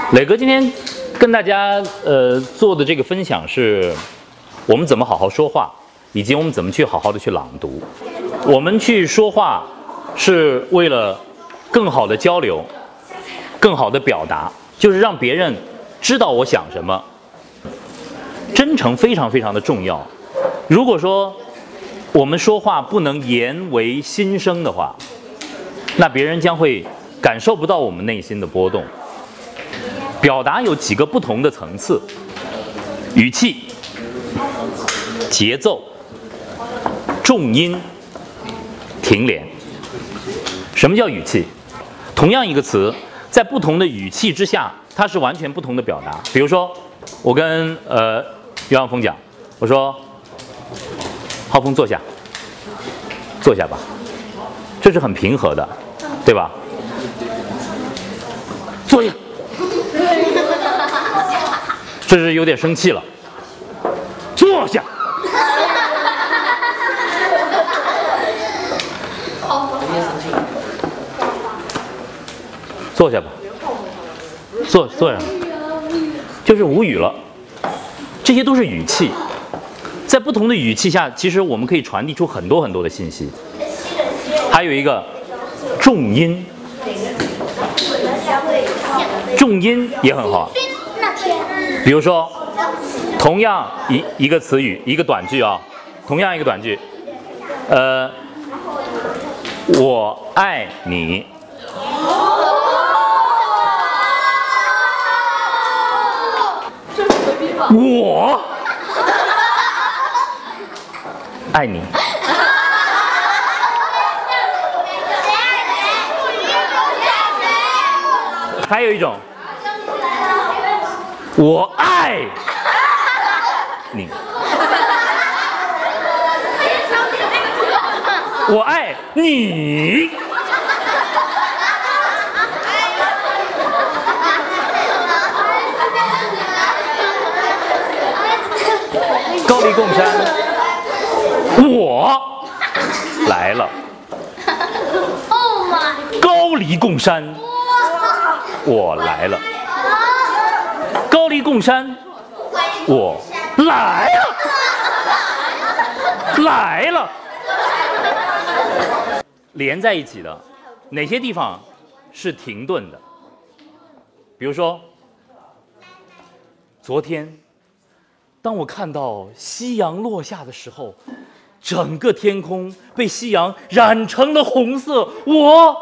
磊哥今天跟大家做的这个分享是，我们怎么好好说话，以及我们怎么去好好的去朗读。我们去说话是为了更好的交流，更好的表达，就是让别人知道我想什么。真诚非常非常的重要。如果说我们说话不能言为心声的话，那别人将会感受不到我们内心的波动。表达有几个不同的层次：语气、节奏、重音、停连。什么叫语气？同样一个词，在不同的语气之下，它是完全不同的表达。比如说，我跟袁晓峰讲，我说：“浩峰，坐下，坐下吧。”这是很平和的，对吧？坐下。这是有点生气了。坐下。坐下吧。坐下。就是无语了。这些都是语气，在不同的语气下，其实我们可以传递出很多很多的信息。还有一个重音，重音也很好。比如说，同样一个词语，一个短句啊，同样一个短句，我爱你。我爱你。还有一种，我爱你。我爱你。高黎贡山，我来了。高黎贡山，我来了。高黎贡山，我来了，来了。连在一起的，哪些地方是停顿的？比如说，昨天当我看到夕阳落下的时候，整个天空被夕阳染成了红色，我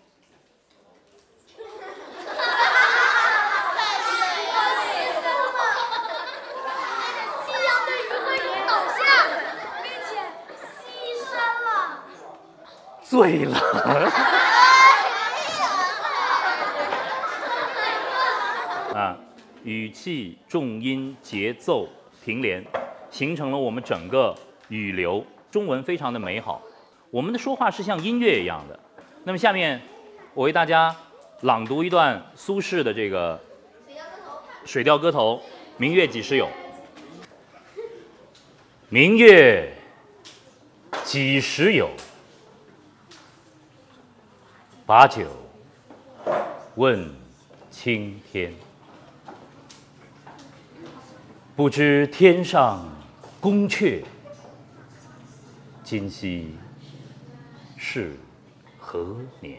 醉了。啊，语气、重音、节奏、停连，形成了我们整个语流。中文非常的美好，我们的说话是像音乐一样的。那么下面我为大家朗读一段苏轼的这个《水调歌头·明月几时有》。明月几时有？把酒问青天。不知天上宫阙，今夕是何年？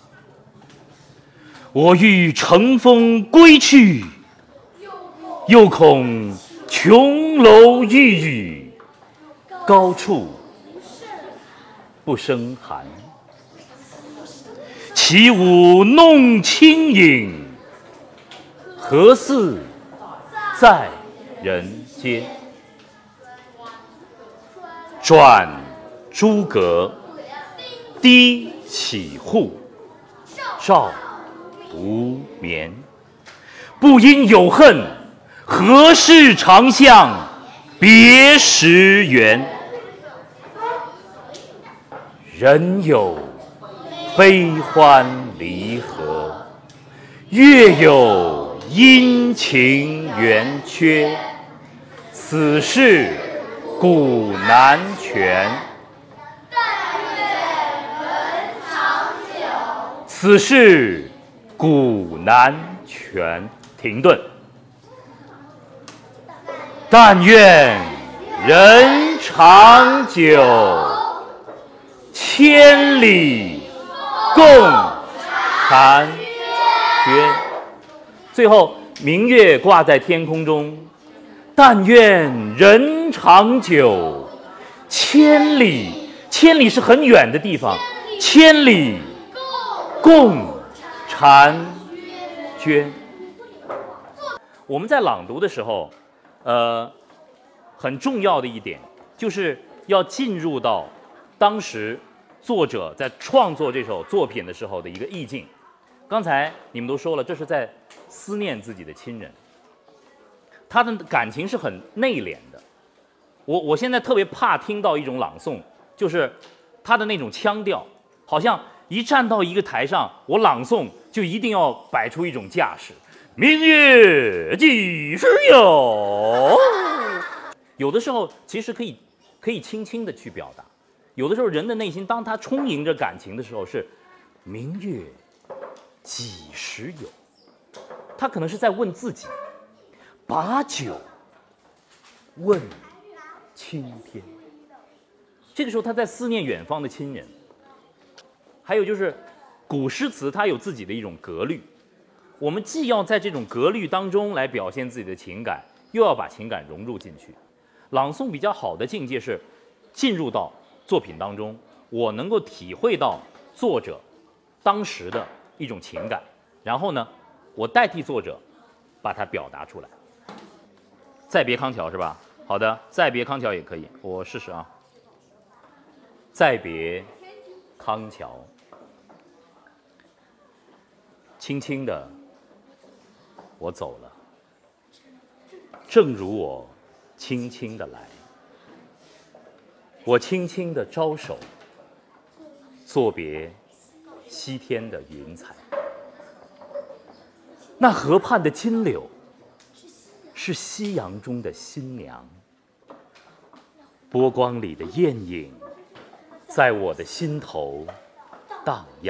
我欲乘风归去，又恐琼楼玉宇，高处不胜寒。起舞弄清影，何似在人间？转朱阁，低绮户，照无眠。不因有恨，何事长向别时圆？人有悲欢离合，月有阴晴圆缺，此事古难全。此事古难全。 停顿。但愿人长久，千里共婵娟。最后，明月挂在天空中，但愿人长久，千里，千里是很远的地方，千里共婵娟。我们在朗读的时候，很重要的一点就是要进入到当时作者在创作这首作品的时候的一个意境。刚才你们都说了，这是在思念自己的亲人，他的感情是很内敛的。我现在特别怕听到一种朗诵，就是他的那种腔调，好像一站到一个台上，我朗诵就一定要摆出一种架势。明月几时有？有的时候其实可以轻轻的去表达，有的时候人的内心当他充盈着感情的时候是明月几时有，他可能是在问自己，把酒问青天。这个时候他在思念远方的亲人。还有就是古诗词它有自己的一种格律，我们既要在这种格律当中来表现自己的情感，又要把情感融入进去。朗诵比较好的境界是进入到作品当中，我能够体会到作者当时的一种情感，然后呢，我代替作者把它表达出来。再别康桥是吧？好的，再别康桥也可以，我试试啊。再别康桥，轻轻的我走了，正如我轻轻的来，我轻轻的招手，作别西天的云彩。那河畔的金柳是夕阳中的新娘，波光里的艳影在我的心头荡漾。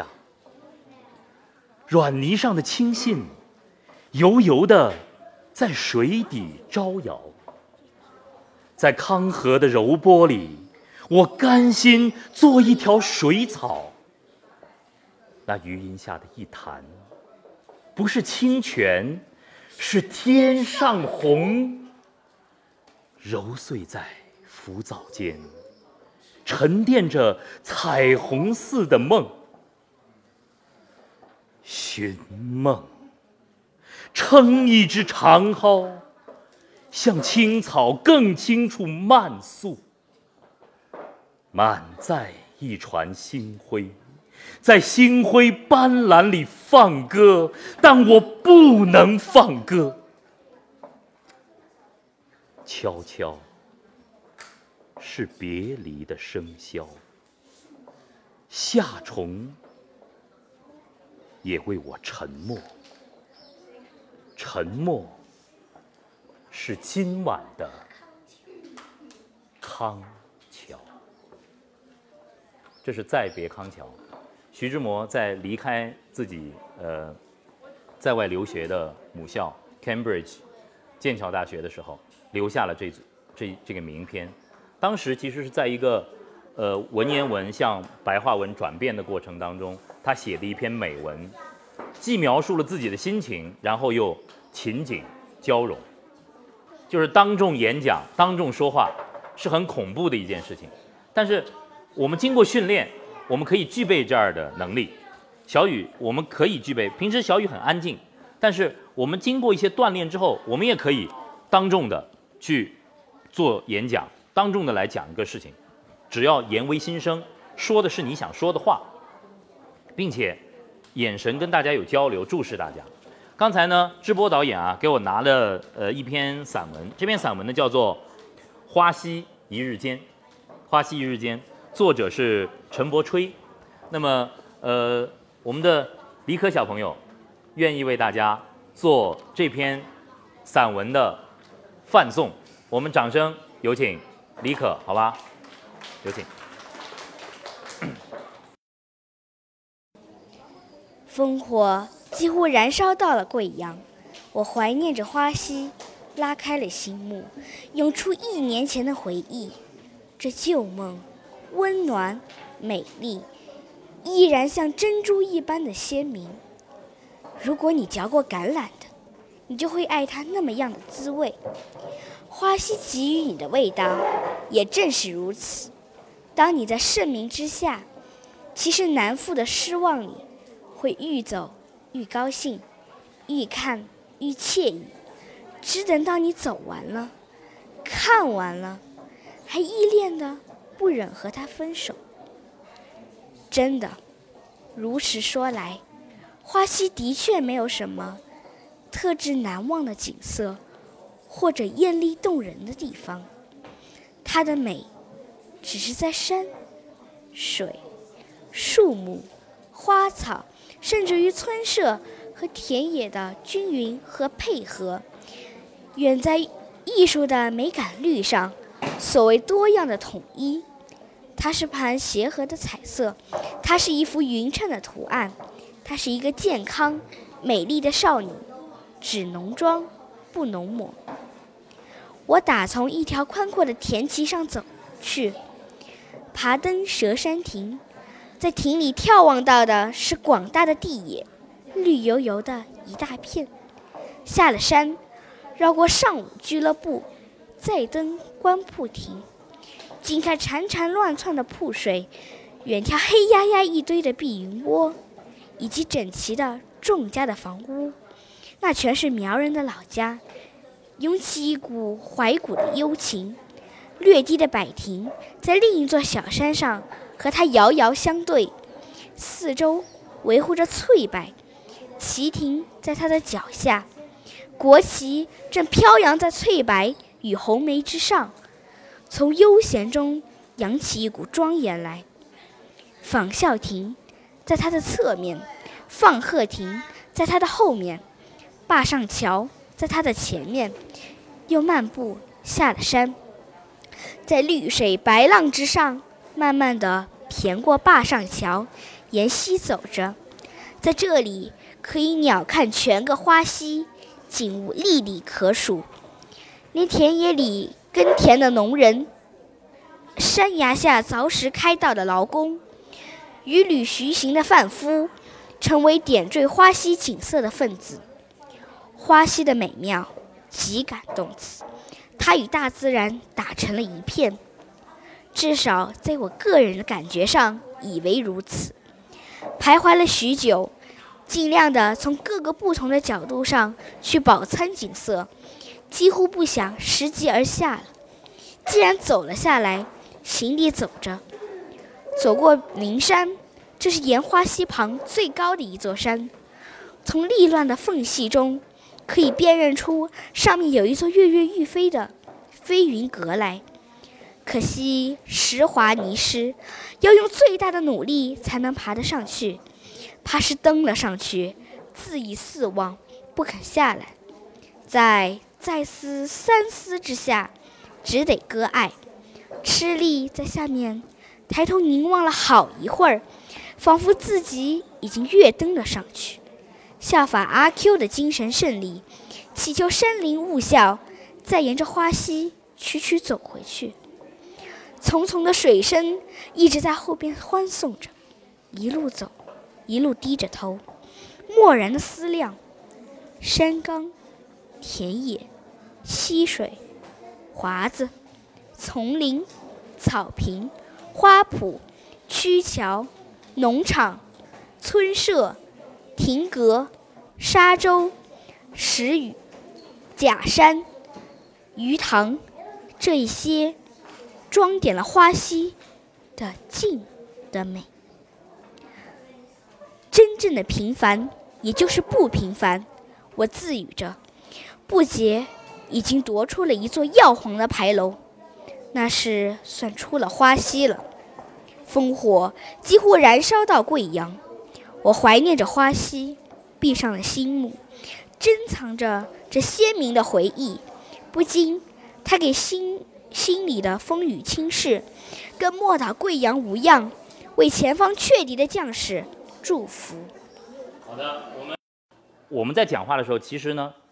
软泥上的青荇油油的在水底招摇，在康河的柔波里，我甘心做一条水草。那余荫下的一潭，不是清泉，是天上虹，揉碎在浮藻间，沉淀着彩虹似的梦。寻梦，撑一只长篙，向青草更青处漫溯。满载一船星辉，在星辉斑斓里放歌，但我不能放歌。悄悄，是别离的笙箫，夏虫也为我沉默。沉默是今晚的康桥。这是再别康桥。徐志摩在离开自己在外留学的母校 Cambridge 剑桥大学的时候，留下了这个名篇。当时其实是在一个文言文向白话文转变的过程当中，他写的一篇美文，既描述了自己的心情，然后又情景交融。就是当众演讲、当众说话是很恐怖的一件事情，但是我们经过训练，我们可以具备这样的能力。小雨我们可以具备，平时小雨很安静，但是我们经过一些锻炼之后，我们也可以当众的去做演讲，当众的来讲一个事情，只要言为心声，说的是你想说的话，并且眼神跟大家有交流，注视大家。刚才呢，智波导演给我拿了一篇散文，这篇散文呢叫做《花溪一日间》，花溪一日间，作者是陈伯吹。那么我们的李可小朋友愿意为大家做这篇散文的范诵，我们掌声有请李可，好吧？有请。 烽火几乎燃烧到了贵阳， 我怀念着花溪，拉开了心幕，涌出1年前的回忆。这旧梦，温暖、美丽，依然像珍珠一般的鲜明。如果你嚼过橄榄的，你就会爱它那么样的滋味。花溪给予你的味道，也正是如此。当你在盛名之下，其实难复的失望里，会愈走愈高兴，愈看愈惬意。只等到你走完了，看完了，还依恋的不忍和他分手。真的，如实说来，花溪的确没有什么特质难忘的景色，或者艳丽动人的地方。它的美，只是在山、水、树木、花草，甚至于村舍和田野的均匀和配合，远在艺术的美感率上。所谓多样的统一，它是盘协和的彩色，它是一幅匀称的图案，它是一个健康美丽的少女，只浓妆不浓抹。我打从一条宽阔的田畦上走去，爬登蛇山亭，在亭里眺望到的是广大的地野，绿油油的一大片。下了山，绕过上午俱乐部，再登官铺亭，惊开潺潺乱窜的瀑水，远眺黑压压一堆的碧云窝，以及整齐的众家的房屋。那全是苗人的老家，涌起一股怀古的幽情。略低的柏亭在另一座小山上和它遥遥相对，四周维护着翠柏，旗亭在它的脚下，国旗正飘扬在翠柏与红梅之上，从悠闲中扬起一股庄严来。仿效亭在它的侧面，放鹤亭在它的后面，坝上桥在它的前面。又漫步下了山，在绿水白浪之上，慢慢地蹇过坝上桥，沿溪走着。在这里可以鸟瞰全个花溪，景物历历可数。连田野里耕田的农人，山崖下凿石开道的劳工，与旅徐行的贩夫，成为点缀花溪景色的分子。花溪的美妙极感动此，它与大自然打成了一片，至少在我个人的感觉上以为如此。徘徊了许久，尽量的从各个不同的角度上去饱餐景色，几乎不想拾级而下了。既然走了下来，行李走着，走过灵山，这是沿花溪旁最高的一座山，从利乱的缝隙中可以辨认出上面有一座跃跃欲飞的飞云阁来。可惜石滑泥湿，要用最大的努力才能爬得上去，怕是登了上去，自缢四望，不肯下来。再思三思之下，只得割爱，吃力在下面抬头凝望了好一会儿，仿佛自己已经跃登了上去。效法阿 Q 的精神胜利，祈求山林勿效，再沿着花溪曲曲走回去。淙淙的水声一直在后边欢送着，一路走，一路低着头，漠然的思量山冈、田野、溪水、华子、丛林、草坪、花圃、曲桥、农场、村舍、亭阁、沙洲、石屿、假山、鱼塘，这一些装点了花溪的静的美。真正的平凡，也就是不平凡，我自语着。不觉已经夺出了一座耀煌的牌楼，那是算出了花溪了。烽火几乎燃烧到贵阳，我怀念着花溪，闭上了心目，珍藏着这鲜明的回忆。不禁他给心里的风雨轻事，跟莫岛贵阳无恙，为前方却敌的将士祝福。 好的，我们在讲话的时候，其实呢，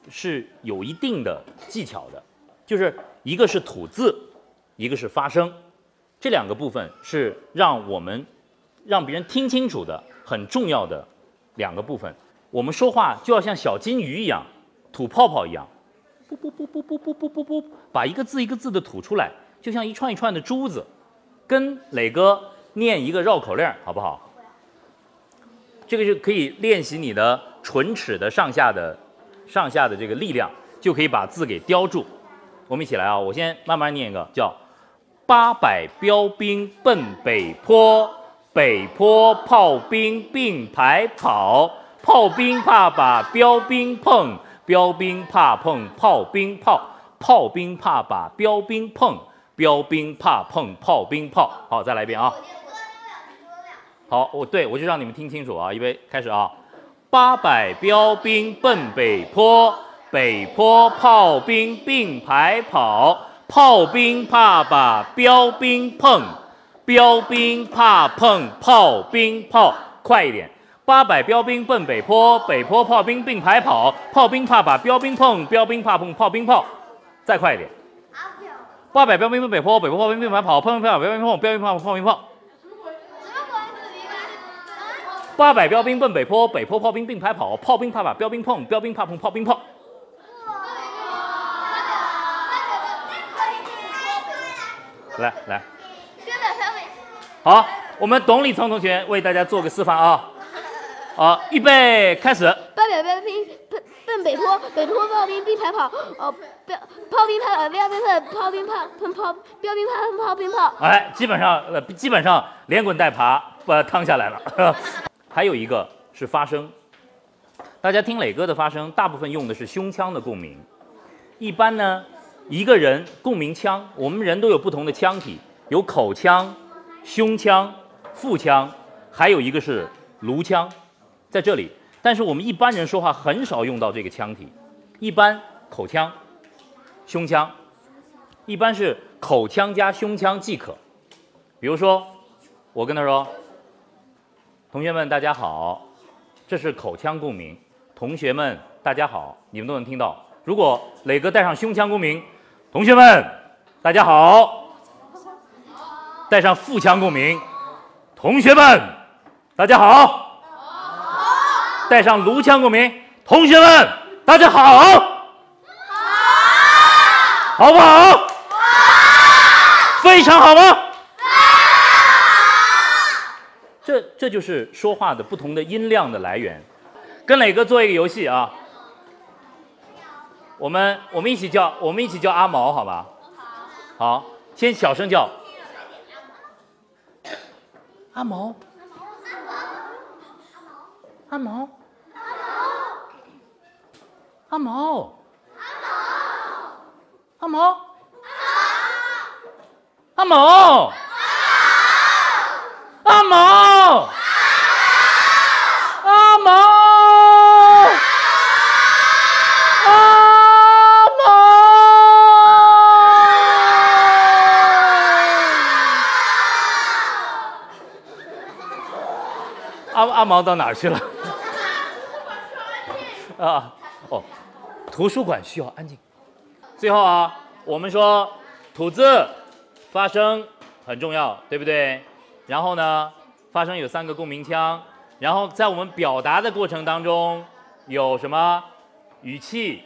是有一定的技巧的，就是一个是吐字，一个是发声，这两个部分是让别人听清楚的很重要的两个部分。我们说话就要像小金鱼一样，吐泡泡一样，噗噗噗噗噗噗噗噗噗，把一个字一个字的吐出来，就像一串一串的珠子。跟磊哥念一个绕口令，好不好？这个就可以练习你的唇齿的上下的这个力量，就可以把字给叼住。我们一起来啊！我先慢慢念一个，叫800标兵奔北坡，北坡炮兵并排跑，炮兵怕把标兵碰，标兵怕碰炮兵炮，炮兵怕把标兵碰，标兵怕碰炮兵炮。好，再来一遍啊！好，我就让你们听清楚啊！预备，开始啊！800标兵奔北坡，北坡炮兵并排跑，炮兵怕把标兵碰，标兵怕碰炮兵炮。快一点！800标兵奔北坡，北坡炮兵并排跑，炮兵怕把标兵碰，标兵怕碰炮兵炮。再快一点！800标兵奔北坡，北坡炮兵并排跑，炮兵怕把标兵碰，标兵怕碰炮兵炮。800标兵奔北坡，北坡炮兵并排跑，炮兵怕把标兵碰，标兵怕碰炮兵炮。来，好，我们董礼聪同学为大家做个示范啊！好，预备，开始。 800标兵奔北坡，北坡炮兵并排跑，炮兵怕标兵碰，炮兵怕碰炮，标兵怕碰炮兵炮。 哎，基本上连滚带爬趟下来了。还有一个是发声，大家听磊哥的发声，大部分用的是胸腔的共鸣。一般呢，一个人共鸣腔，我们人都有不同的腔体，有口腔、胸腔、腹腔，还有一个是颅腔，在这里。但是我们一般人说话很少用到这个腔体，一般口腔、胸腔，一般是口腔加胸腔即可。比如说，我跟他说：“同学们，大家好。”这是口腔共鸣。同学们，大家好，你们都能听到。如果磊哥带上胸腔共鸣，同学们，大家好，带上腹腔共鸣，同学们，大家好，带上颅腔共鸣，同学们，大家好，好不好？非常好吗？这就是说话的不同的音量的来源。跟磊哥做一个游戏啊，我们一起叫阿毛，好吧？好，先小声叫阿毛，阿毛，阿毛，阿毛，阿毛，阿毛，阿毛。阿毛到哪儿去了？啊，哦，图书馆需要安静。最后啊，我们说吐字发声很重要，对不对？然后呢，发声有3个共鸣腔，然后在我们表达的过程当中有什么语气？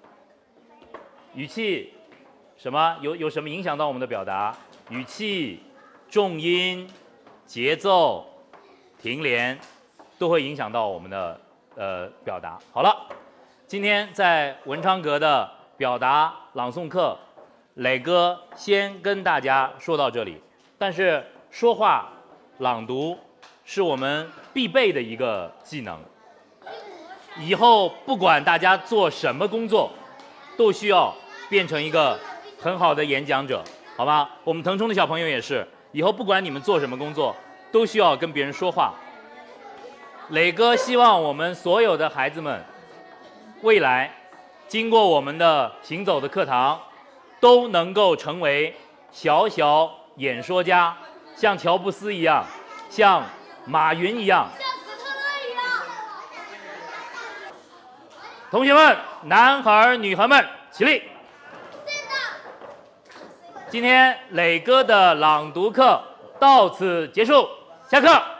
什么有什么影响到我们的表达？语气、重音、节奏、停连。都会影响到我们的表达。好了，今天在文昌阁的表达朗诵课，磊哥先跟大家说到这里。但是说话朗读是我们必备的一个技能，以后不管大家做什么工作，都需要变成一个很好的演讲者，好吧？我们腾冲的小朋友也是，以后不管你们做什么工作，都需要跟别人说话。磊哥希望我们所有的孩子们，未来经过我们的行走的课堂，都能够成为小演说家，像乔布斯一样，像马云一样。 同学们，男孩儿、女孩们起立。今天磊哥的朗读课到此结束，下课。